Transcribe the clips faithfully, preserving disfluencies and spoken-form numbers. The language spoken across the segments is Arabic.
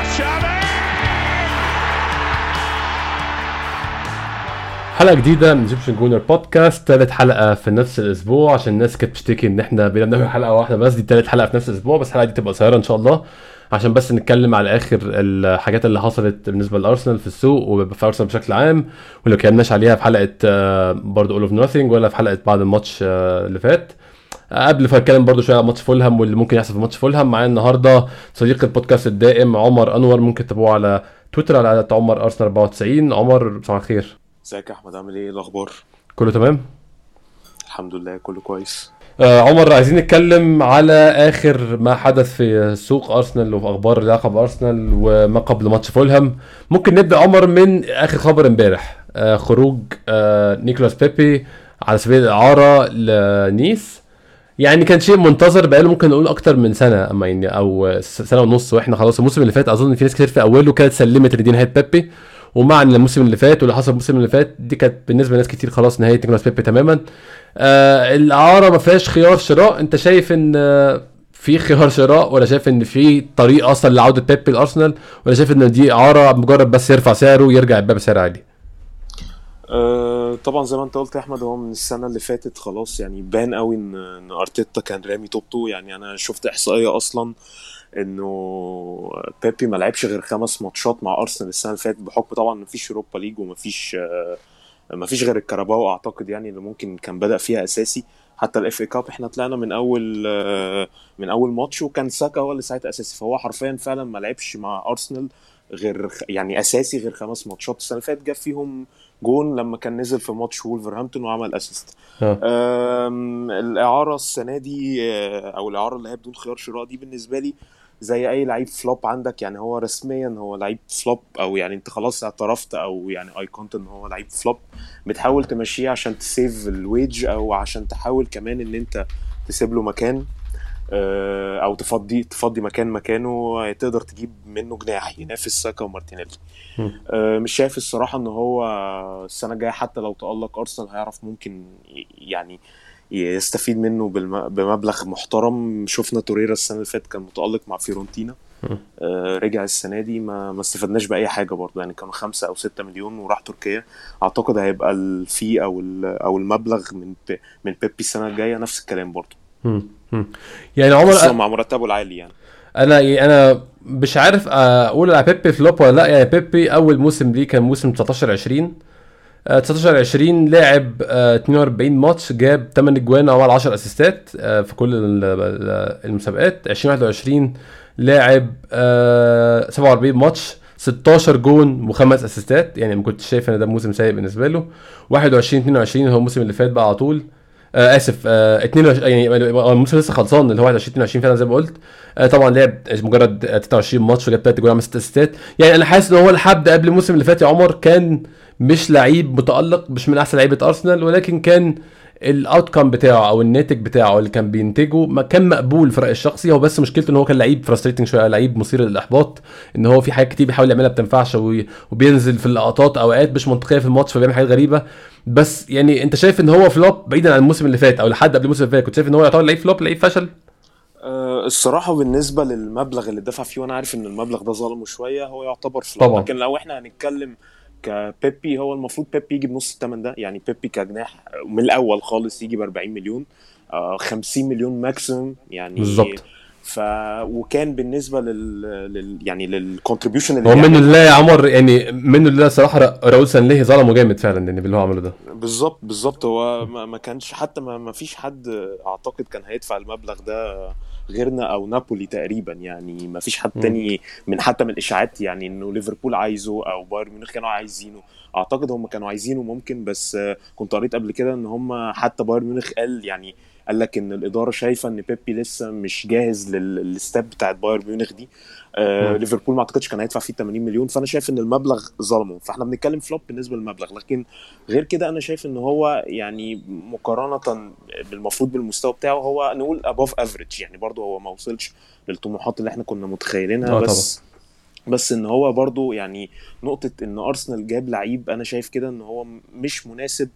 حلقة جديدة من ايجيبشن جونر بودكاست، ثالث حلقة في نفس الأسبوع عشان الناس كانت بتشتكي إن إحنا بنعمل حلقة واحدة بس. دي ثالث حلقة في نفس الأسبوع، بس الحلقة دي تبقى قصيرة إن شاء الله عشان بس نتكلم على آخر الحاجات اللي حصلت بالنسبة لأرسنال في السوق وفي أرسنال بشكل عام، واللي كناش عليها في حلقة برضو أول أوف نوثينج ولا في حلقة بعد الماتش اللي فات. قبل فاتكلم برضو شوية على ماتش فولهام واللي ممكن يحصل في ماتش فولهام. معايا النهاردة صديق البودكاست الدائم عمر أنور، ممكن تتابعوه على تويتر على عمر أرسنال أربعة وتسعين. عمر صباح الخير. ازيك يا احمد، عامل ايه؟ الاخبار؟ كله تمام الحمد لله، كله كويس. آه عمر، عايزين نتكلم على اخر ما حدث في سوق ارسنال وفي اخبار لقب ارسنال وما قبل ماتش فولهام. ممكن نبدا عمر من اخر خبر امبارح، آه خروج آه نيكولاس بيبي على سبيل الاعاره لنيس. يعني كان شيء منتظر بقاله ممكن نقول اكتر من سنه، اما يعني او سنه ونص، واحنا خلاص الموسم اللي فات اظن في ناس كتير في اوله كانت سلمت لدين هيد بيبي، ومع ان الموسم اللي فات واللي حصل الموسم اللي فات دي كانت بالنسبه لناس كتير خلاص نهايه نيكولاس بيبي تماما. آه الاعاره ما فيهاش خيار شراء. انت شايف ان آه في خيار شراء، ولا شايف ان في طريق اصلا لعوده بيبي الارسنال، ولا شايف ان دي اعاره مجرد بس يرفع سعره ويرجع يبقى بسعر عالي؟ أه طبعا زي ما انت قلت يا احمد، هو من السنه اللي فاتت خلاص يعني بان قوي ان ان ارتيتا كان رامي توبته. يعني انا شفت احصائيه اصلا انه بيبي ما لعبش غير خمس ماتشات مع ارسنال السنه اللي فاتت، بحكم طبعا مفيش اوروبا ليج ومفيش آه مفيش غير الكاراباو اعتقد، يعني اللي ممكن كان بدأ فيها اساسي. حتى الاف اي كاب احنا طلعنا من اول آه من اول ماتش وكان ساكا هو اللي ساعتها اساسي، فهو حرفيا فعلا ما لعبش مع ارسنال غير يعني اساسي غير خمس ماتشات السنه اللي فاتت. جاب فيهم جون لما كان نزل في ماتش وولفرهامبتون وعمل اسيست. الاعاره السنه دي او الاعاره اللي هي بدون خيار شراء دي بالنسبه لي زي اي لعيب فلوب عندك. يعني هو رسميا هو لعيب فلوب، او يعني انت خلاص اعترفت او يعني ايقونت ان هو لعيب فلوب، بتحاول تمشيه عشان تسيف الويج او عشان تحاول كمان ان انت تسيب له مكان او تفضي تفضي مكان مكانه تقدر تجيب منه جناح ينافس ساكا ومارتينيلي. مش شايف الصراحه ان هو السنه الجايه حتى لو تألق ارسنال هيعرف ممكن يعني يستفيد منه بمبلغ محترم. شفنا توريرا السنه اللي فاتت كان متألق مع فيورنتينا، آه رجع السنه دي ما ما استفدناش باي حاجه برضه، يعني كانوا خمسة او ستة مليون وراح تركيا. اعتقد هيبقى الفي او او المبلغ من من بيبي السنه الجايه نفس الكلام برضه. يعني عمر مع مرتبه العالي يعني انا انا مش عارف اقول على بيبي فلوب ولا لا. يعني بيبي اول موسم ليه كان موسم تسعتاشر عشرين تسعتاشر عشرين لاعب اتنين واربعين ماتش، جاب تمانية اجوان وعمل عشرة اسيستات في كل المسابقات. عشرين واحد وعشرين لاعب سبعة واربعين ماتش، ستاشر جون وخمس اسيستات. يعني ما كنتش شايف ان ده موسم سيء بالنسبه له. واحد وعشرين اتنين وعشرين هو الموسم اللي فات بقى على طول، آه اسف آه اتنين وعشرين يعني الموسم لسه خلصان اللي هو واحد وعشرين اتنين وعشرين فعلا زي ما قلت. آه طبعا لعب مجرد تلاتة وعشرين ماتش وجاب تلاتة جول وعمل ست اسيستات. يعني انا حاسس ان هو لحد قبل الموسم اللي فات يا عمر كان مش لعيب متألق، مش من احسن لعيبه ارسنال، ولكن كان الاوتكم بتاعه او الناتج بتاعه اللي كان بينتجه ما كان مقبول في رأي الشخصي. هو بس مشكلته ان هو كان لعيب فرستريتنج شويه، لعيب مثير للاحباط، ان هو في حاجات كتير بيحاول يعملها بتنفعش وبينزل في اللقطات اوقات مش منطقيه في الماتش فبيعمل حاجات غريبه. بس يعني انت شايف ان هو فلوب بعيدا عن الموسم اللي فات او لحد قبل الموسم اللي فات؟ كنت شايف ان هو يعتبر لعيب فلوب، لعيب فشل؟ أه الصراحه بالنسبه للمبلغ اللي دفع فيه، وانا عارف ان المبلغ ده ظلمه شويه، هو يعتبر فلوب طبعا. لكن لو احنا هنتكلم كبيبي هو المفروض بيبي يجي بنص الثمن ده. يعني بيبي كجناح من الاول خالص يجي ب اربعين مليون، آه خمسين مليون ماكسيمم يعني بالظبط. ف وكان بالنسبه لل, لل... يعني للكونتريبيوشن اللي هو من الله يا عمر، يعني من الله صراحه راؤول سانليه ظلمه جامد فعلا يعني باللي هو عمله ده. بالظبط بالظبط. هو ما, ما كانش حتى ما... ما فيش حد اعتقد كان هيدفع المبلغ ده غيرنا او نابولي تقريبا. يعني ما فيش حد تاني من حتى من الاشاعات يعني انه ليفربول عايزه او بايرن ميونخ كانوا عايزينه. اعتقد هم كانوا عايزينه ممكن، بس كنت قريت قبل كده ان هم حتى بايرن ميونخ قال يعني قال لك ان الاداره شايفه ان بيبي لسه مش جاهز للستاب بتاعت بايرن ميونخ دي. آه ليفربول ما اعتقدش كان هيدفع فيه تمانين مليون، فانا شايف ان المبلغ ظلمه. فاحنا بنتكلم فلوب بالنسبه للمبلغ، لكن غير كده انا شايف ان هو يعني مقارنه بالمفروض بالمستوى بتاعه هو نقول above average. يعني برضه هو ما وصلش للطموحات اللي احنا كنا متخيلينها، بس طبعا. بس ان هو برضه يعني نقطه ان ارسنال جاب لعيب، انا شايف كده ان هو مش مناسب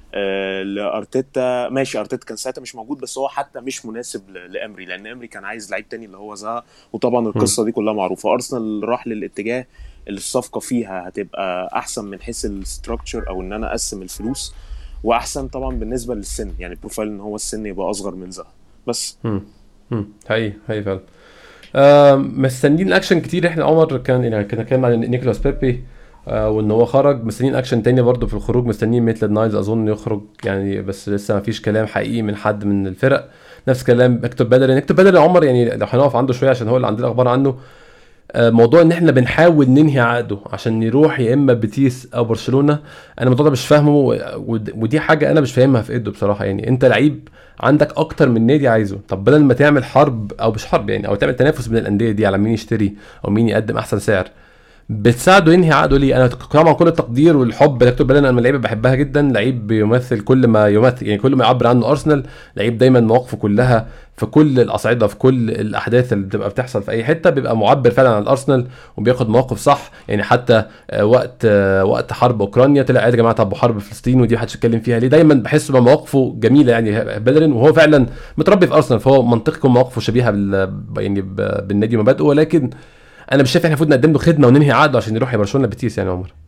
آه، لارتيتا ماشي، ارتيتا كان ساعتها مش موجود، بس هو حتى مش مناسب ل- لامري، لان امري كان عايز لعيب تاني اللي هو زها. وطبعا مم. القصه دي كلها معروفه. ارسنال راح للاتجاه اللي الصفقه فيها هتبقى احسن من حيث الاستراكشر، او ان انا اقسم الفلوس، واحسن طبعا بالنسبه للسن، يعني بروفايل ان هو السن يبقى اصغر من زها بس. مم. مم. حقيقي حقيقي فعلا. آه مستنيين اكشن كتير احنا. عمر كان يعني كنا كلام عن نيكولاس بيبي آه وان هو خرج، مستنيين اكشن تاني برضه في الخروج. مستنيين ميتلاند نايلز اظن يخرج يعني، بس لسه ما فيش كلام حقيقي من حد من الفرق. نفس كلام هector bellerin. هector bellerin يا عمر يعني لو هنقف عنده شويه عشان هو اللي عندنا اخبار عنه. آه، موضوع ان احنا بنحاول ننهي عقده عشان يروح يا اما بيتيس او برشلونه، انا الموضوع ده مش فاهمه، و- ود- ودي حاجه انا مش فاهمها في ايده بصراحه. يعني انت لعيب عندك اكتر من نادي عايزه، طب بدل ما تعمل حرب او مش حرب يعني، او تعمل تنافس بين الانديه دي على مين يشتري او مين يقدم احسن سعر، بتساعده ينهي عقده ليه؟ انا طبعا كل التقدير والحب لهector bellerin، انا من اللعيبه بحبها جدا، لعيب بيمثل كل ما يمثل يعني كل ما يعبر عنه ارسنال. لعيب دايما مواقفه كلها في كل الاصعده، في كل الاحداث اللي بتبقى بتحصل في اي حته بيبقى معبر فعلا عن الارسنال وبياخد مواقف صح. يعني حتى آه، وقت آه، وقت حرب اوكرانيا طلع قال يا جماعه طب حرب فلسطين ودي محدش يتكلم فيها ليه. دايما بحس بمواقفه جميله يعني بيلرين، وهو فعلا متربي في ارسنال، فهو منطقي يكون مواقفه شبيهه بال يعني ب- بالنادي ومبادئه. ولكن انا مش شايف احنا المفروض نقدم له خدمه وننهي عقده عشان يروح يا برشلونه بيتيس يعني يا عمر.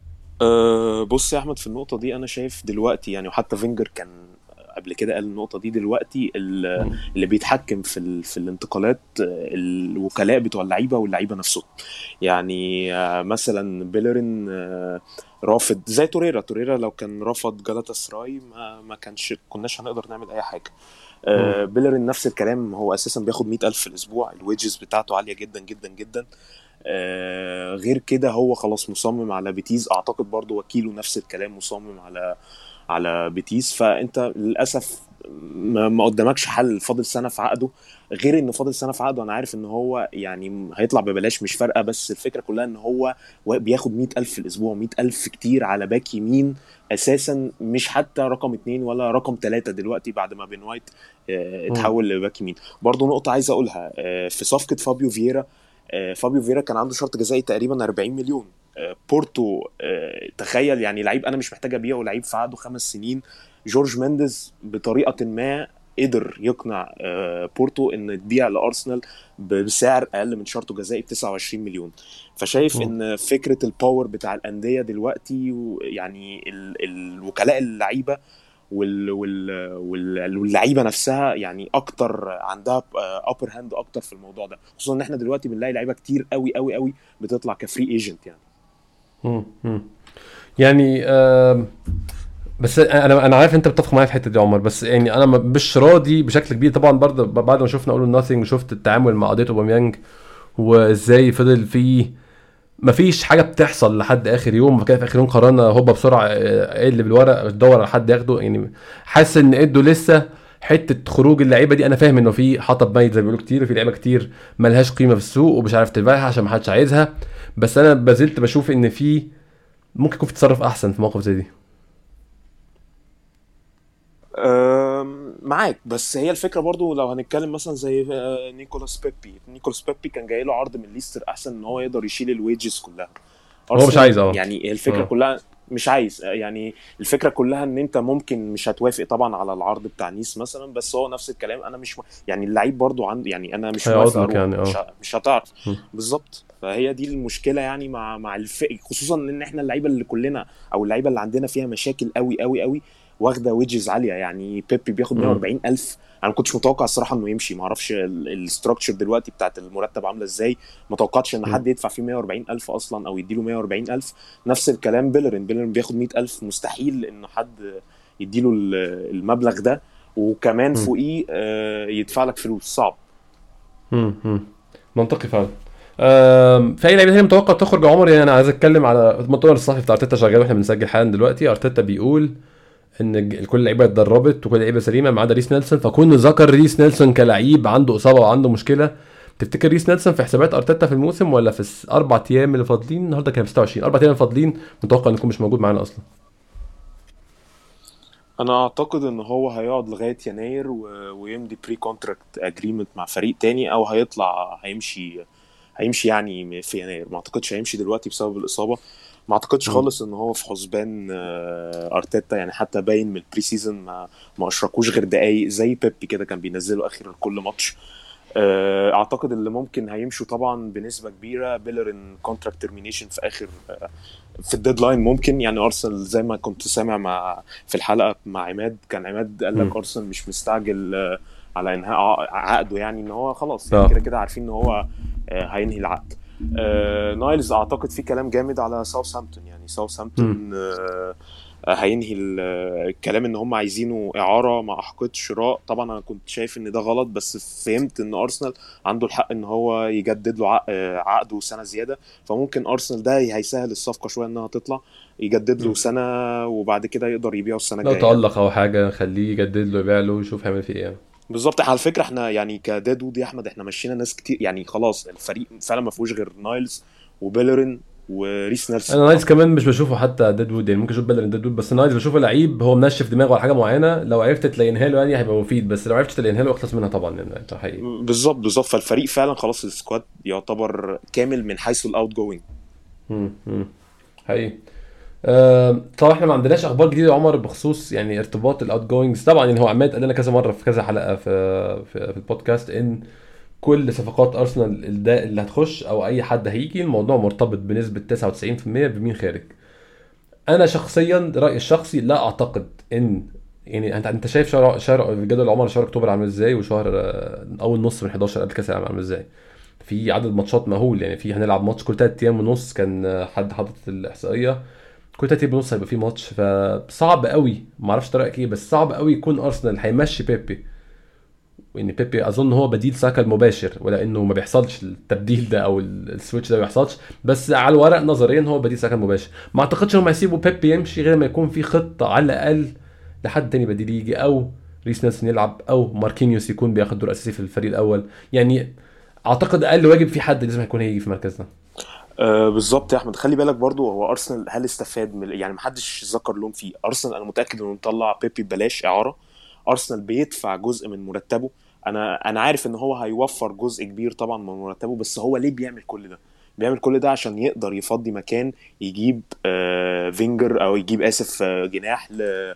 أه بص يا احمد، في النقطه دي انا شايف دلوقتي يعني، وحتى فينجر كان قبل كده قال النقطه دي، دلوقتي ال- مم. اللي بيتحكم في ال- في الانتقالات آه، الوكلاء بتوع اللعيبه واللعيبه نفسهم. يعني آه، مثلا بيلرين آه، رافض زي توريرا. توريرا لو كان رفض جالاتا سراي ما ما كانش كناش هنقدر نعمل اي حاجه. مم. آه، بيلرين نفس الكلام، هو اساسا بياخد مئة ألف في الاسبوع، الويجز بتاعته عاليه جدا جدا جدا. آه، غير كده هو خلاص مصمم على بيتيز، اعتقد برضو وكيله نفس الكلام مصمم على على بيتيس. فانت للاسف ما ما قدامكش حل، فاضل سنه في عقده. غير انه فاضل سنه في عقده، انا عارف ان هو يعني هيطلع ببلاش مش فارقه، بس الفكره كلها ان هو بياخد مئة ألف في الاسبوع. مئة ألف كتير على باك يمين اساسا، مش حتى رقم اتنين ولا رقم تلاتة دلوقتي بعد ما بين وايت آه، مم. اتحول لباك يمين. برضو نقطه عايز اقولها آه، في صفقه فابيو فييرا. آه، فابيو فييرا كان عنده شرط جزائي تقريبا أربعين مليون. آه، بورتو آه، تخيل يعني لعيب انا مش محتاج ابيعه، لعيب في عقده خمس سنين. جورج مينديز بطريقه ما قدر يقنع آه، بورتو ان تبيع لارسنال بسعر اقل من شرطه جزائي ب تسعة وعشرين مليون. فشايف مم. ان فكره الباور بتاع الانديه دلوقتي، يعني ال- الوكلاء اللعيبه وال وال وال- واللعيبه نفسها يعني اكتر عندها ابر هاند اكتر في الموضوع ده، خصوصا ان احنا دلوقتي بنلاقي لعيبه كتير قوي قوي قوي بتطلع كفري ايجنت يعني. مم. مم. يعني آم، بس انا انا عارف انت بتتفق معايا في الحته دي يا عمر، بس يعني انا م- مش راضي بشكل كبير طبعا برضه ب- بعد ما شفنا اقول ناثينج وشفت التعامل مع قضيه اوباميانج وازاي فضل فيه مفيش حاجه بتحصل لحد اخر يوم، كده في اخر يوم قررنا هوبا بسرعه آه، ايه اللي بالورق تدور على حد ياخده. يعني حاسس ان ادوا لسه حته خروج اللعيبه دي. انا فاهم انه في حطب ميت زي ما بيقولوا كتير، وفي لعيبه كتير ملهاش قيمه في السوق ومش عارف تبيعها عشان ما حدش عايزها، بس انا بزلت بشوف ان في ممكن يكون في تصرف احسن في موقف زي دي. أم، معاك، بس هي الفكره برضو لو هنتكلم مثلا زي آه، نيكولاس بيبي. نيكولاس بيبي كان جاي له عرض من ليستر احسن ان هو يقدر يشيل الويجز كلها. هو مش ارسنال عايز اه. يعني هي الفكره اه. كلها مش عايز آه، يعني الفكره كلها ان انت ممكن مش هتوافق طبعا على العرض بتاع نيس مثلا، بس هو نفس الكلام انا مش م... يعني اللعيب برضو عنده، يعني انا مش هيقعد موافق لك اروح، يعني مش اه. ه... مش هتعرف. م. بالظبط، فهي دي المشكله يعني مع مع الف... خصوصا ان احنا اللعيبه اللي كلنا او اللعيبه اللي عندنا فيها مشاكل قوي قوي قوي واخده ويدجز عاليه. يعني بيبي بياخد م. مية وأربعين الف، انا ما كنتش متوقع الصراحه انه يمشي. ما اعرفش الاستراكشر دلوقتي بتاعت المرتب عامله ازاي، ما توقعتش ان م. حد يدفع فيه مية وأربعين الف اصلا او يديله مية وأربعين الف. نفس الكلام بيلرين. بيلرين بياخد مئة ألف، مستحيل انه حد يديله ال- المبلغ ده، وكمان م. فوقيه آه، يدفع لك فلوس، صعب. م. م. منطقي فعلا. أم، في اي لعيبه تانية متوقع تخرج يا عمر؟ يعني انا عايز اتكلم على المؤتمر الصحفي بتاع ارتيتا شغال واحنا بنسجل حالا دلوقتي. ارتيتا بيقول ان الج- كل اللعيبه اتدربت وكل اللعيبه سليمه ما عدا ريس نيلسون، فكون ذكر ريس نيلسون كلعيب عنده اصابه وعنده مشكله. تفتكر ريس نيلسون في حسابات ارتيتا في الموسم، ولا في الاربع ايام اللي فاضلين؟ النهارده كان في ستة وعشرين، اربع ايام اللي فاضلين متوقع انه يكون مش موجود معانا اصلا؟ انا اعتقد ان هو هيقعد لغايه يناير و... ويمضي بري كونتراكت اجريمنت مع فريق تاني، او هيطلع هيمشي هيمشي يعني في يناير. ما اعتقدش هيمشي دلوقتي بسبب الاصابه. ما اعتقدش مم. خالص ان هو في حسبان آه، ارتيتا يعني. حتى باين من البري سيزون ما ما اشركوش غير دقايق زي بيبي كده كان بينزله اخر كل ماتش. آه، اعتقد اللي ممكن هيمشوا طبعا بنسبه كبيره بيلرين كونتراكت ترمينيشن في اخر آه، في الديدلاين ممكن. يعني ارسنال زي ما كنت سامع مع في الحلقه مع عماد، كان عماد قال لك مم. ارسنال مش مستعجل آه، على انهاء ع- عقده. يعني ان هو خلاص يعني اه. كده كده عارفين ان هو آه، هينهي العقد. آه، نايلز اعتقد في كلام جامد على ساوثهامبتون. يعني مم. ساوثهامبتون آه، هينهي ال- الكلام ان هم عايزينه اعاره مع حقيقه شراء. طبعا انا كنت شايف ان ده غلط، بس فهمت ان ارسنال عنده الحق ان هو يجدد له عق- عقده سنه زياده. فممكن ارسنال ده هيسهل الصفقه شويه انها تطلع، يجدد له مم. سنه وبعد كده يقدر يبيعه السنه لو الجايه يعني. تألق او حاجه خليه يجدد له يبيع له ويشوف هيعمل فيه ايه يعني. بالظبط. على فكره احنا يعني كدادو دي احمد احنا مشينا ناس كتير يعني. خلاص الفريق فعلا ما فيهوش غير نايلز وبيلرين وريس نيلسون انا نايتس اعتقد. كمان مش بشوفه حتى ديدوود، يعني ممكن اشوف بدل ديدوود، بس نايتس بشوفه لعيب هو منشف دماغه على حاجه معينه، لو عرفت تلاقينها له يعني هيبقى مفيد، بس لو عرفت تلاقيها له اخلص منها طبعا يعني ده حقيقي. بالظبط بالظبط. فالفريق فعلا خلاص السكواد يعتبر كامل من حيث الاوت جوينج. امم امم حقيقي. آه طبعا احنا ما عندناش اخبار جديده يا عمر بخصوص يعني ارتباط الاوت جوينجز. طبعا يعني هو عماد قال لنا كذا مره في كذا حلقه في في, في البودكاست ان كل صفقات ارسنال الدا- اللي هتخش او اي حد هيجي الموضوع مرتبط بنسبه تسعة وتسعين في المية بمين خارج. انا شخصيا رايي الشخصي لا اعتقد ان يعني انت انت شايف شهر شهر جدول العمر شهر اكتوبر عامل ازاي، وشهر آه، اول نص من حداشر قبل كاس العالم عامل ازاي. في عدد ماتشات مهول يعني، في هنلعب ماتش كل تلات ايام ونص، كان آه، حد حاطط الاحصائيه كل تلات ايام ونص هيبقى في ماتش. فصعب قوي، ما اعرفش رايك ايه، بس صعب قوي يكون ارسنال هيمشي بيبي، وان بيبي اظن هو بديل ساكا المباشر، ولا انه ما بيحصلش التبديل ده او ال- السويتش ده ما بيحصلش، بس على الورق نظريا هو بديل ساكا المباشر. ما اعتقدش انهم هيسيبوا بيبي يمشي غير ما يكون في خطه على الاقل لحد تاني بديل يجي، او ريس نيلسون يلعب، او ماركينيوس يكون بياخد دور اساسي في الفريق الاول يعني. اعتقد اقل واجب في حد لازم هيكون هيجي في المركز ده. أه بالظبط يا احمد. خلي بالك برضو هو ارسنال هل استفاد من يعني محدش ذكر لهم فيه. ارسنال انا متاكد انه مطلع بيبي ببلاش اعاره. ارسنال بيدفع جزء من مرتبه. انا انا عارف ان هو هيوفر جزء كبير طبعا من مرتبه، بس هو ليه بيعمل كل ده؟ بيعمل كل ده عشان يقدر يفضي مكان، يجيب آه فينجر او يجيب اسف آه جناح ل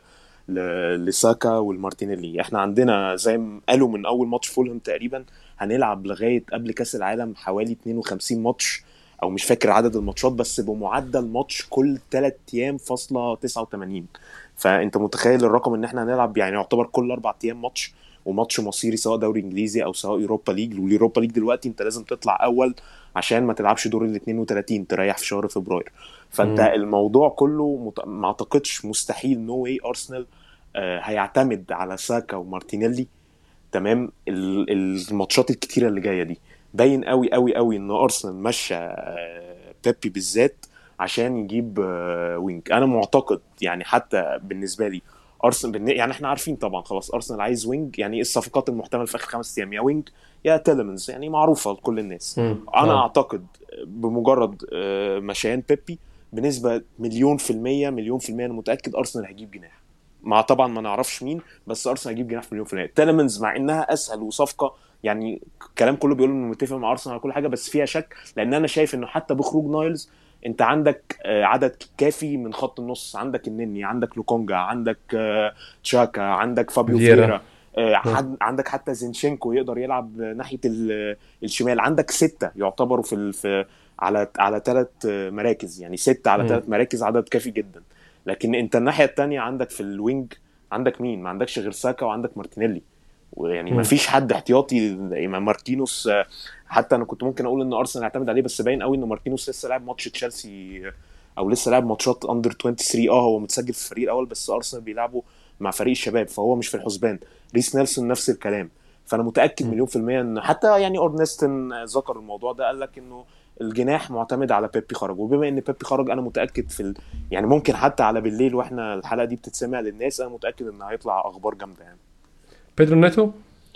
ل- لساكا والمارتينيلي. احنا عندنا زي ما قالوا من اول ماتش فولهام تقريبا هنلعب لغايه قبل كاس العالم حوالي اتنين وخمسين ماتش، او مش فاكر عدد الماتشات، بس بمعدل ماتش كل ثلاث ايام فاصلة تسعة وثمانين. فانت متخيل الرقم ان احنا هنلعب يعني يعتبر كل اربع ايام ماتش، وماتش مصيري سواء دوري انجليزي او سواء يوروبا ليج. واليوروبا ليج دلوقتي انت لازم تطلع اول عشان ما تلعبش دور ال اتنين وتلاتين، تريح في شهر فبراير. فانت امم الموضوع كله مت... ما اعتقدش، مستحيل، نو واي ارسنال آه، هيعتمد على ساكا ومارتينيلي. تمام. ال- الماتشات الكتيره اللي جايه دي باين قوي قوي قوي ان ارسنال ماشى آه، بيبي بالذات عشان يجيب آه، وينج. انا معتقد يعني حتى بالنسبه لي ارسنال بالن- يعني احنا عارفين طبعا خلاص ارسنال عايز وينج. يعني ايه الصفقات المحتمله في اخر خمس ايام؟ يا وينج يا تيلمنز، يعني معروفه لكل الناس. امم انا اه. اعتقد بمجرد آه، مشيان بيبي بنسبه مليون في الميه، مليون في الميه انا متاكد ارسنال هيجيب جناح. مع طبعا ما نعرفش مين، بس ارسنال هيجيب جناح في مليون في المية. تيلمنز مع انها اسهل وصفقه يعني، الكلام كله بيقول انه متفق مع ارسنال على كل حاجه، بس فيها شك لان انا شايف انه حتى بخروج نايلز انت عندك آه، عدد كافي من خط النص. عندك النني، عندك لوكونجا، عندك آه، تشاكا، عندك فابيو فييرا. فييرا، آه، اه. حد- عندك حتى زينشينكو يقدر يلعب ناحيه ال- الشمال. عندك سته يعتبروا في ال- في على على ثلاث مراكز، يعني سته على امم ثلاث مراكز عدد كافي جدا. لكن انت الناحيه الثانيه عندك في الوينج عندك مين؟ ما عندكش غير ساكا وعندك مارتينيلي، ويعني ما امم فيش حد احتياطي. ماركينوس آه، حتى انا كنت ممكن اقول ان ارسنال يعتمد عليه، بس باين قوي ان ماركينوس لسه لاعب ماتش تشيلسي آه، او لسه لاعب ماتشات اندر تلاتة وعشرين. اه هو متسجل في الفريق الاول، بس ارسنال بيلعبوا مع فريق الشباب فهو مش في الحسبان. ريس نيلسون نفس الكلام. فانا متاكد مليون في الميه ان حتى يعني اورنستن ذكر الموضوع ده، قال لك انه الجناح معتمد على بيبي خرج. وبما ان بيبي خرج انا متاكد في ال... يعني ممكن حتى على بالليل واحنا الحلقه دي بتتسمع للناس انا متاكد ان هيطلع اخبار جامده يعني. بيدرو نيتو.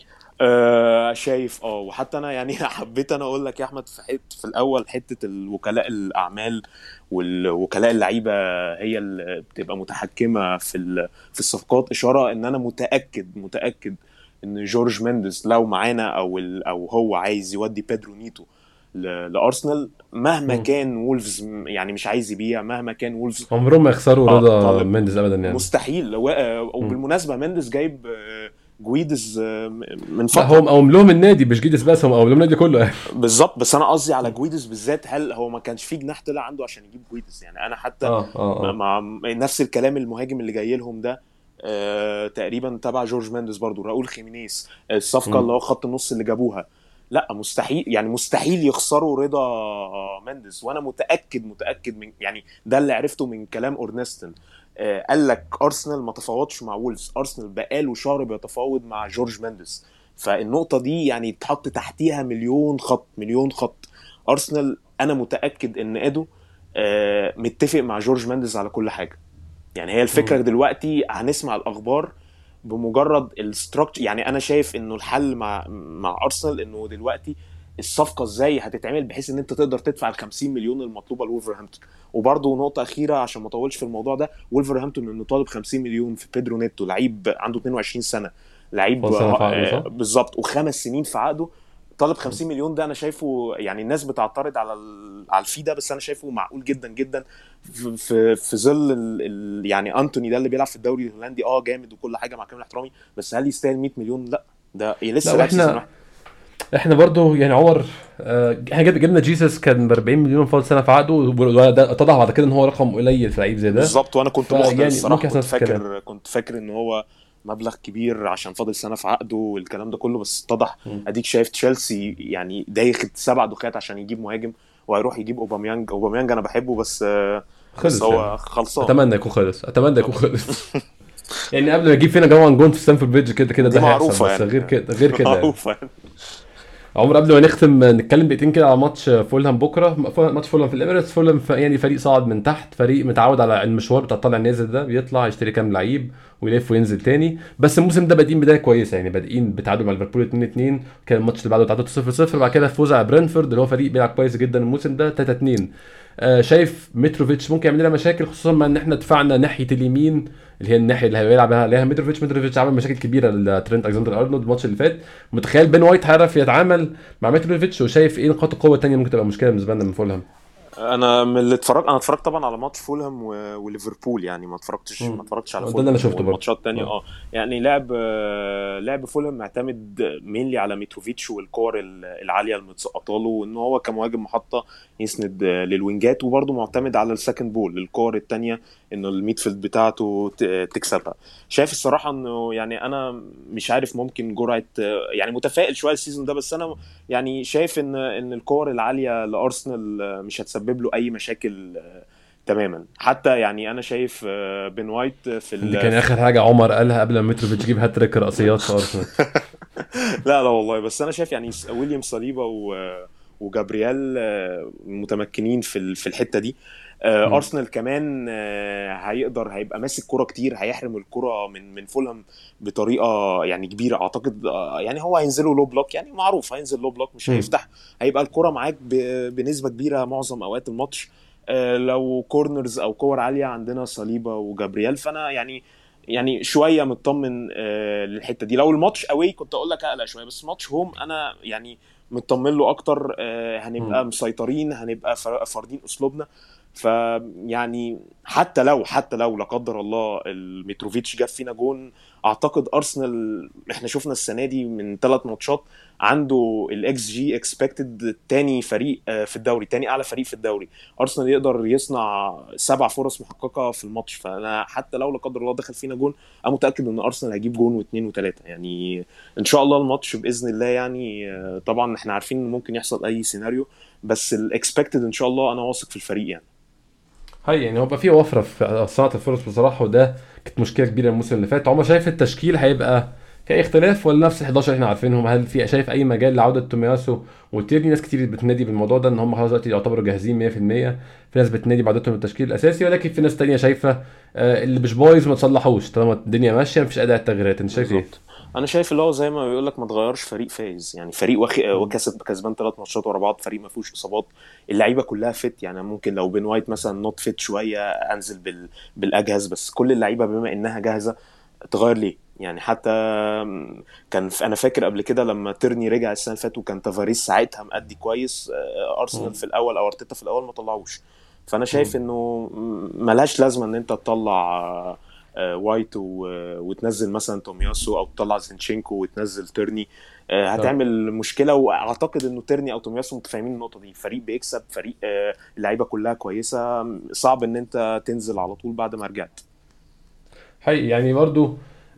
أه شايف اه. وحتى انا يعني حبيت انا اقول لك يا احمد في حته في الاول حته الوكلاء الاعمال والوكلاء اللعيبه هي اللي بتبقى متحكمه في ال- في الصفقات. اشاره ان انا متاكد متاكد ان جورج مينديز لو معانا او ال- او هو عايز يودي بيدرو نيتو ل- لارسنال مهما مم. كان وولفز م- يعني مش عايز يبيع، مهما كان وولفز عمرهم ما يخسروا اه رضا طالب. مندز ابدا يعني. مستحيل. و- آه، مم. وبالمناسبه مينديز جايب آه، جويدز آه، م- من لا هو فتره. مقوم لهم النادي، مش جيدس بس، هم مقوم لهم النادي كله يعني. بالظبط، بس انا قصدي على مم. جويدز بالذات، هل هو ما كانش فيه جناح طلع عنده عشان يجيب جويدز؟ يعني انا حتى اه اه مع, اه. مع نفس الكلام، المهاجم اللي جاي لهم ده آه تقريبا تبع جورج مينديز برضو، راؤول خيمينيز، الصفقه اللي مم. هو خط النص اللي جابوها. لا مستحيل، يعني مستحيل يخسروا رضا مينديز. وانا متاكد متاكد من، يعني ده اللي عرفته من كلام اورنستن، آه قال لك ارسنال ما تفاوضش مع وولفز، ارسنال بقاله شهر بيتفاوض مع جورج مينديز. فالنقطه دي يعني تحط تحتيها مليون خط، مليون خط. ارسنال انا متاكد ان ادو آه متفق مع جورج مينديز على كل حاجه. يعني هي الفكره مم. دلوقتي هنسمع الاخبار بمجرد الستراكشر. يعني انا شايف انه الحل مع مع ارسنال انه دلوقتي الصفقه ازاي هتتعمل بحيث ان انت تقدر تدفع ال خمسين مليون المطلوبه لولفرهامبتون. وبرضه نقطه اخيره عشان ما اطولش في الموضوع ده، ولفرهامبتون انه طالب خمسين مليون في بيدرو نيتو، لعيب عنده اتنين وعشرين سنه، لعيب فاضل سنه في عقده آه، صح؟ بالظبط، وخمس سنين في عقده. طالب مم. خمسين مليون ده انا شايفه، يعني الناس بتعترض على ال- على الفي ده، بس انا شايفه معقول جدا جدا في في, في ظل ال ال يعني انتوني ده اللي بيلعب في الدوري الهولندي اه جامد وكل حاجه مع كامل احترامي، بس هل يستاهل مية مليون؟ لا، ده إيه، لا لسه لاعب سيزون واحنا واحد. احنا برضو يعني عمر، آه، احنا جب- جبنا جيسس كان ب اربعين مليون فاضل سنه في عقده، وده اتضح بعد كده ان هو رقم قليل في لعيب زي ده. بالظبط، وانا كنت مخطئ فيعني الصراحه، ممكن يحصل كنت نفس الكلام. فاكر كنت فاكر ان هو مبلغ كبير عشان فاضل سنه في عقده والكلام ده كله، بس اتضح. مم. اديك شايف تشيلسي يعني دايخ سبع دخات عشان يجيب مهاجم، وهيروح يجيب اوباميانج. اوباميانج انا بحبه، بس آه، بس خلص يعني. هو خلصان. اتمنى يكون خلص، اتمنى يكون خلص. يعني قبل ما يجيب فينا جوان جون في ستانفورد بريدج كده كده دي ده هيحصل، معروفه بس يعني. غير كده غير كده يعني. معروفه يعني. عمر قبل ما نختم نتكلم دقيقتين كده على ماتش فولهام بكره. ماتش فولهام في الاميريتس. فولهام ف- يعني فريق صاعد من تحت، فريق متعود على المشوار بتاع الطالع نازل ده، بيطلع يشتري كام لعيب ويلف وينزل تاني. بس الموسم ده بادئين بدايه كويسه، يعني بادئين بتعادل مع ليفربول اتنين اتنين، كان الماتش اللي بعده تعادل صفر صفر، بعد كده فوز على برينفورد اللي هو فريق بيلعب كويس جدا الموسم ده تلاتة اتنين. آه شايف متروفيتش ممكن يعمل لنا مشاكل، خصوصا مع ان احنا دفعنا ناحيه اليمين اللي هي الناحيه اللي هيلعب عليها متروفيتش. متروفيتش عمل مشاكل كبيره لترينت الكسندر ارنولد الماتش اللي فات. متخيل بين وايت هيعرف يتعامل مع متروفيتش؟ وشايف ايه نقاط القوه الثانيه ممكن تبقى مشكله بالنسبه لنا من فولهام؟ انا من اللي اتفرج انا اتفرجت طبعا على ماتش فولهام و- وليفربول، يعني ما اتفرجتش ما مم. اتفرجتش على ده اللي انا فولهام شفته برضه. والماتشات التانية اه. اه. يعني لعب آه، لعب فولهام معتمد مينلي على ميتروفيتش والكور ال- العاليه المتسقطه له، وان هو كمهاجم محطه يسند آه، للوينجات، وبرضه معتمد على السكند بول الكور التانية، انه الميدفيلد بتاعته ت- تكسبها. شايف الصراحه انه يعني انا مش عارف، ممكن جرعه آه، يعني متفائل شويه السيزون ده، بس انا يعني شايف ان ان الكور العاليه لارسنال آه، مش هتسبب له اي مشاكل آه، تماما. حتى يعني انا شايف آه، بن وايت في دي ال كان في- اخر حاجه عمر قالها قبل ما متروفيتش يجيب هاتريك رأسيات في ارسنال. لا لا والله، بس انا شايف يعني س- ويليام صليبا و وجابرييل آه، متمكنين في ال- في الحته دي. آه، مم. ارسنال كمان آه، هيقدر هيبقى ماسك كرة كتير، هيحرم الكرة من من فولهام بطريقه يعني كبيره اعتقد. آه، يعني هو هينزلوا لو بلوك، يعني معروف هينزل لو بلوك مش مم. هيفتح، هيبقى الكرة معاك ب- بنسبه كبيره معظم اوقات الماتش. آه، لو كورنرز او كور عاليه عندنا صليبا وجابرييل، فانا يعني يعني شويه مطمن آه، للحته دي. لو الماتش اوي كنت اقول لك اقلق شويه، بس ماتش هوم انا يعني مطمن له اكتر. آه، مم. هنبقى مسيطرين، هنبقى فر- فاردين اسلوبنا. فيعني حتى لو حتى لو لا قدر الله الميتروفيتش جاب فينا جون، اعتقد ارسنال احنا شفنا السنه دي من ثلاث ماتشات عنده الاكس جي اكسبكتد تاني فريق آه، في الدوري، تاني اعلى فريق في الدوري. ارسنال يقدر يصنع سبع فرص محققه في الماتش، فانا حتى لو لا قدر الله دخل فينا جون، انا متاكد ان ارسنال هيجيب جون واثنين وثلاثه يعني. ان شاء الله الماتش باذن الله يعني. آه، طبعا احنا عارفين ان ممكن يحصل اي سيناريو، بس الاكسبكتد ان شاء الله انا واثق في الفريق يعني. هاي يعني هو بقى فيه وفره في صناعه الفرص بصراحه، وده كانت مشكله كبيره الموسم اللي فات. عمر شايف التشكيل هيبقى في اي اختلاف ولا نفس ال حداشر اللي احنا عارفينهم؟ هل في شايف اي مجال لعوده تومياسو وتيرني؟ ناس كتير بتنادي بالموضوع ده ان هم خلاص دلوقتي يعتبروا جاهزين مية في المية. في ناس بتنادي بعودتهم التشكيل الاساسي، ولكن في ناس تانية شايفه آه، اللي مش بايظ ما تصلحوش طالما الدنيا ماشيه مفيش اداء التغييرات. انت شايف ايه؟ بالظبط. انا شايف اللي هو زي ما بيقول لك ما تغيرش فريق فايز، يعني فريق واخ... مم. وكسب كسبان ثلاث ماتشات ورا بعض، فريق ما فيهوش اصابات، اللعيبه كلها فت. يعني ممكن لو بين وايت مثلا نوت فت شويه انزل بال... بالاجهز، بس كل اللعيبه بما انها جاهزه تغير ليه؟ يعني حتى كان انا فاكر قبل كده لما تيرني رجع السنه اللي فاتت وكان تافاريس ساعتها مأدي كويس، ارسنال في الاول او ارتيتا في الاول ما طلعوش. فانا شايف انه ملهاش لازمه ان انت تطلع وايت وتنزل مثلا تومياسو، او تطلع زينشينكو وتنزل تيرني. هتعمل مشكله. واعتقد انه تيرني او تومياسو متفاهمين النقطه دي، فريق بيكسب، فريق اللعيبه كلها كويسه، صعب ان انت تنزل على طول بعد ما رجعت. حقيقي يعني برضو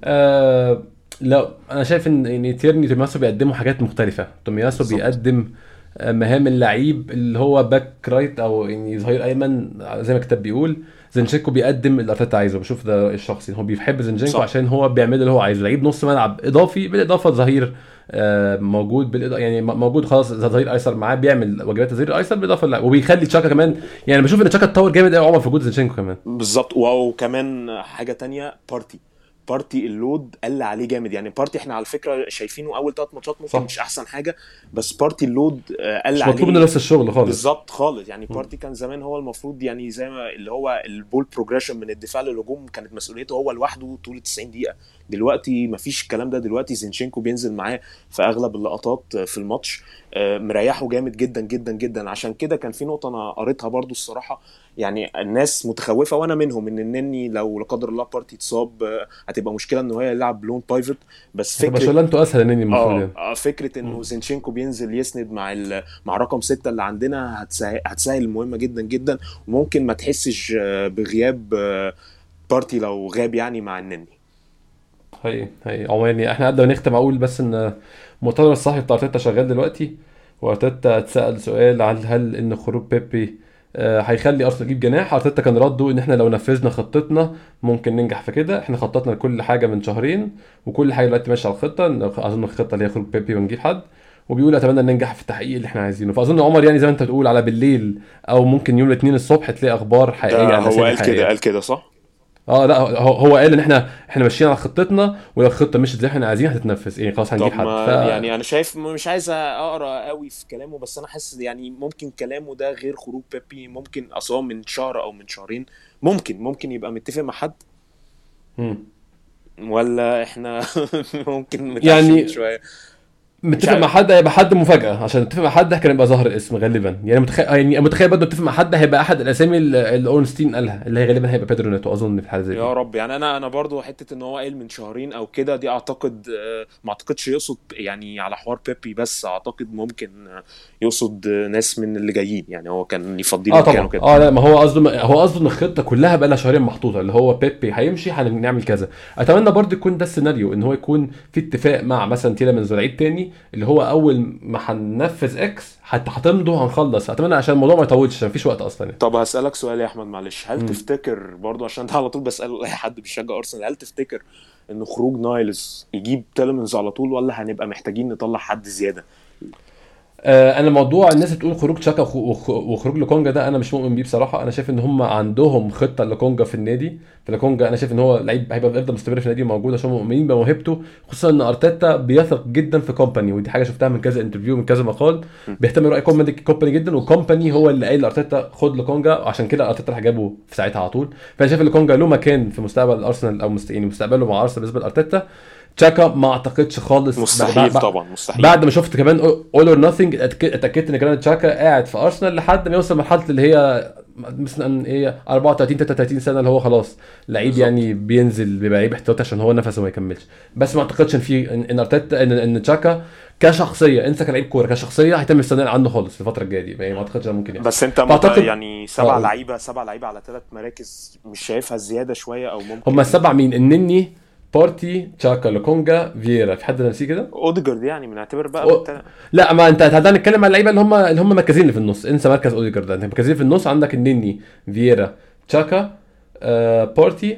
آه لا انا شايف ان ان تيرني تومياسو بيقدموا حاجات مختلفه. تومياسو بالظبط. بيقدم آه، مهام اللعيب اللي هو باك رايت او يعني ظهير ايمن زي ما الكتاب بيقول. زينشينكو بيقدم اللي ارتيتا عايزه، بشوف ده رأيي الشخصي، هو بيحب زينشينكو صح. عشان هو بيعمل اللي هو عايزه، لعيب نص ملعب اضافي بالاضافه ظهير آه، موجود بالإضافة يعني م- موجود خلاص ظهير ايسر معاه بيعمل واجبات الظهير الايسر بالاضافه للعب. وبيخلي تشاكا كمان، يعني بشوف ان تشاكا اتطور جامد قوي عمر في وجود زينشينكو كمان. بالظبط. وكمان حاجه تانية، بارتي بارتي اللود قل عليه جامد. يعني بارتي احنا على فكره شايفينه اول ثلاث ماتشات ممكن صح، مش احسن حاجه، بس بارتي اللود آه، قل مش مطلوب منه عليه. نفس الشغل خالص. بالظبط خالص. يعني م. بارتي كان زمان هو المفروض يعني زي ما اللي هو البول بروجريشن من الدفاع للهجوم كانت مسؤوليته هو لوحده طول تسعين دقيقه. دلوقتي مفيش الكلام ده. دلوقتي زينشينكو بينزل معاه في اغلب اللقطات في الماتش، آه، مريحه جامد جدا جدا جدا. عشان كده كان في نقطه انا قريتها برضو الصراحه، يعني الناس متخوفه وانا منهم ان النني لو لا قدر الله بارتي اتصاب آه، هتبقى مشكله ان هو يلعب لون بايفوت. بس هتبقى فكره شغلانته اسهل انني المفروض اه يعني. آه، فكره انه م. زينشينكو بينزل يسند مع ال... مع رقم ستة اللي عندنا هتسهل هتسهل المهمه جدا جدا. وممكن ما تحسش آه، بغياب آه، بارتي لو غاب يعني مع النني. هي هي عموما احنا قبل ما نختم اقول بس ان المؤتمر الصحفي بتاع ارتيتا شغال دلوقتي، وارتيتا اتسال سؤال عن هل ان خروج بيبي آه، هيخلي ارسنال يجيب جناح. ارتيتا كان رده ان احنا لو نفذنا خطتنا ممكن ننجح في كده، احنا خططنا لكل حاجه من شهرين وكل حاجه دلوقتي ماشيه على الخطه، إن اظن الخطه اللي هي خروج بيبي ونجيب حد، وبيقول اتمنى ان ننجح في التحقيق اللي احنا عايزينه. فاظن عمر يعني زي ما انت بتقول على بالليل او ممكن يوم الاثنين الصبح تلاقي اخبار حقيقيه ده عن هو اسامي قال كده حقيقيه. قال كده صح. اه لا هو هو قال ان احنا احنا ماشيين على خطتنا، ولو الخطه مشيت زي ما احنا عايزين هتتنفذ، يعني خلاص هنجيب طب حد. ف ما يعني انا شايف مش عايز اقرا قوي في كلامه، بس انا حاسس يعني ممكن كلامه ده غير خروج بيبي. ممكن اصلا من شهر او من شهرين ممكن ممكن يبقى متفق مع حد، مم. ولا احنا ممكن متعشمين يعني شويه. مش متفق مع عارف. حد هيبقى حد مفاجاه، عشان متفق مع حد كان يبقى ظاهر الاسم غالبا. يعني متخيل يعني متخيل برضه متفق مع حد هيبقى احد الاسامي اللي اللي اورنستين قالها، اللي هي غالبا هيبقى بيدرو نيتو اظن في الحاله زي دي. يا رب. يعني انا انا برضو حته ان هو قايل من شهرين او كده دي اعتقد آه، ما اعتقدش يقصد يعني على حوار بيبي، بس اعتقد ممكن آه، يقصد آه، ناس من اللي جايين. يعني هو كان يفضي له اه مكانه طبعا، كده. اه لا ما هو قصده هو قصده ان الخطه كلها بقى لها شهرين محطوطه، اللي هو بيبي هيمشي هنعمل كذا. اتمنى برضه يكون ده السيناريو، ان هو يكون في اتفاق مع مثلا تيلمنز لعيب تاني، اللي هو اول ما هننفذ اكس حتى هتمضوا هنخلص. اتمنى عشان الموضوع ما يطولش عشان مفيش وقت اصلا يعني. طب هسألك سؤال يا احمد معلش، هل مم. تفتكر برضو عشان ده على طول بسأل اي حد بيشجع ارسنال، هل تفتكر ان خروج نايلز يجيب تيلمنز على طول، ولا هنبقى محتاجين نطلع حد زيادة؟ آه، انا موضوع الناس بتقول خروج تشاكا وخ- وخ- وخروج لوكونجا ده انا مش مؤمن بيه بصراحه. انا شايف ان هم عندهم خطه لوكونجا في النادي. فلوكونجا انا شايف ان هو لعيب هيبقى يفضل مستمر في النادي موجود عشان مؤمنين بموهبته، خصوصا ان ارتيتا بيثق جدا في كومباني، ودي حاجه شفتها من كذا انترفيو من كذا مقال. م. بيهتم براي كومباني كومباني جدا، وكومباني هو اللي قايل لارتيتا خد لوكونجا، عشان كده ارتيتا راح جابه في ساعتها على طول. فانا شايف ان لوكونجا له مكان في مستقبل ارسنال، او مست... يعني مستقبله مع ارسنال بالنسبه لارتيتا. تشاكا ما اعتقدش خالص. مستحيل طبعا مستحيل. بعد ما شفت كمان اول اور ناثينج اتاكدت ان جرانيت تشاكا قاعد في ارسنال لحد ما يوصل مرحله اللي هي مثلا ايه اربعة وتلاتين تلاتة وتلاتين سنه، اللي هو خلاص لعيب بالظبط. يعني بينزل بيبقى لعيب احتياطي عشان هو نفسه ما يكملش. بس ما اعتقدش ان في ان ان ارتيتا ان ان تشاكا كشخصيه، انسى كلاعب كوره، كشخصيه هيتم الاستغناء عنه خالص الفتره الجايه دي. يعني ما اعتقدش ده ممكن يحصل. بس انت مت... فاعتقد يعني سبع اقول لعيبه سبع لعيبه على ثلاث مراكز، مش شايفها زياده شويه او هم ممكن؟ السبعه مين؟ النني، بارتي، تشاكا، لوكونجا، فييرا. في حد نسيه كده؟ اوديجارد يعني بنعتبر بقى من أو... التل... لا ما انت هتعالى نتكلم على اللعيبه اللي هم اللي هم مركزين اللي في النص. انسى مركز اوديجارد ده. انت مركزين في النص عندك النني، فييرا، تشاكا، آه، بارتي،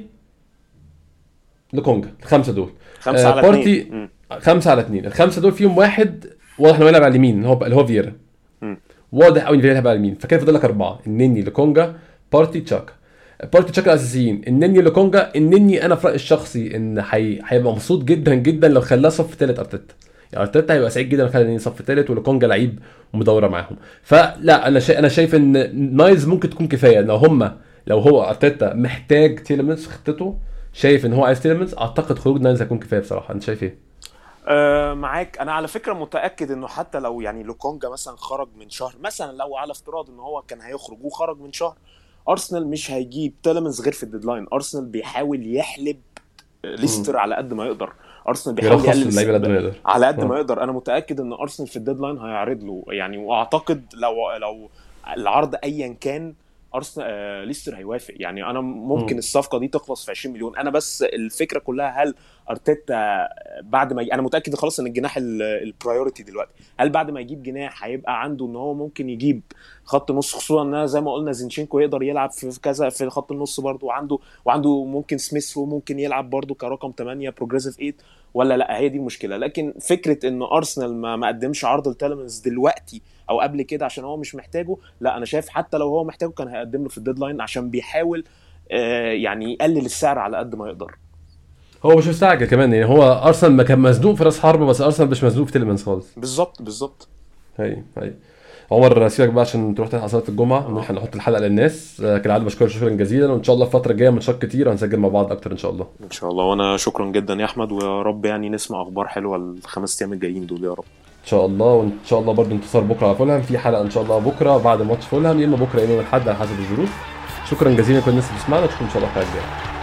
لوكونجا. الخمسه دول. خمسه آه، على اتنين. بارتي امم خمسه على اتنين. الخمسه دول فيهم واحد واضح انه يلعب على اليمين، اللي هو اللي هو فييرا. امم واضح قوي ان فييرا هيلعب على اليمين. فكده فاضل لك اربعه: النني، لوكونجا، بارتي، تشاكا. بارتي تشاكا الاساسيين، النني، لوكونجا. النني انا في رايي الشخصي ان هي... هيبقى مبسوط جدا جدا لو خلاه صف ثالث ارتيتا. يعني ارتيتا هيبقى سعيد جدا لو خلى النني صف ثالث ولوكونجا لعيب مدوره معاهم. فلا انا شا... انا شايف ان نايز ممكن تكون كفايه لو هم لو هو ارتيتا محتاج تيلمنز في خطته. شايف ان هو عايز تيلمنز، اعتقد خروج ناينز هيكون كفايه بصراحه. انت شايف ايه؟ أه معاك. انا على فكره متاكد انه حتى لو يعني لوكونجا مثلا خرج من شهر، مثلا لو على افتراض ان هو كان هيخرج وخرج من شهر، ارسنال مش هيجيب تيلمنز غير في الديدلاين. ارسنال بيحاول يحلب امم ليستر على قد ما يقدر. ارسنال بيحاول يرخص يقلل اللعيبه قد الس- ما يقدر. على قد ما اه. يقدر. انا متاكد ان ارسنال في الديدلاين هيعرض له يعني، واعتقد لو لو العرض ايا كان ارسنال آه ليستر هيوافق. يعني انا ممكن امم الصفقه دي تخلص في عشرين مليون. انا بس الفكره كلها، هل ارتيتا بعد ما ي... انا متاكد خلاص ان الجناح البرايورتي دلوقتي، هل بعد ما يجيب جناح هيبقى عنده ان هو ممكن يجيب خط نص، خصوصا ان زي ما قلنا زينشينكو يقدر يلعب في كذا في خط النص برضه، وعنده وعنده ممكن سميث رو ممكن يلعب برضه كرقم ثمانية بروجريسيف ثمانية، ولا لا؟ هي دي المشكله. لكن فكره ان ارسنال ما ما قدمش عرض لتيلمنز دلوقتي او قبل كده عشان هو مش محتاجه، لا انا شايف حتى لو هو محتاجه كان هيقدم له في الديدلاين، عشان بيحاول آه يعني يقلل السعر على قد ما يقدر. هو مش مستعجل كمان يعني، هو ارسنال ما كان مزنوق في راس حربه، بس ارسنال مش مزنوق في تيلمنز خالص. بالظبط بالظبط. هي هي عمر سيبك بقى عشان تروح تلحق صلاه الجمعه ونلحق اه نحط الحلقه للناس. آه، كالعاده بشكرك شكرا جزيلا، وان شاء الله الفتره الجايه ماتشات كتير وهنسجل مع بعض اكتر ان شاء الله. ان شاء الله. وانا شكرا جدا يا احمد، ويا رب يعني نسمع اخبار حلوه الخمس ايام الجايين دول يا رب. ان شاء الله. وان شاء الله برضو انتصار بكره على فولهام، في حلقه ان شاء الله بكره بعد ماتش فولهام، يا اما بكره يا اما الاحد على حسب الظروف. شكرا جزيلا لكل الناس اللي بتسمعنا، نشوفكم ان شاء الله في الحلقه الجايه.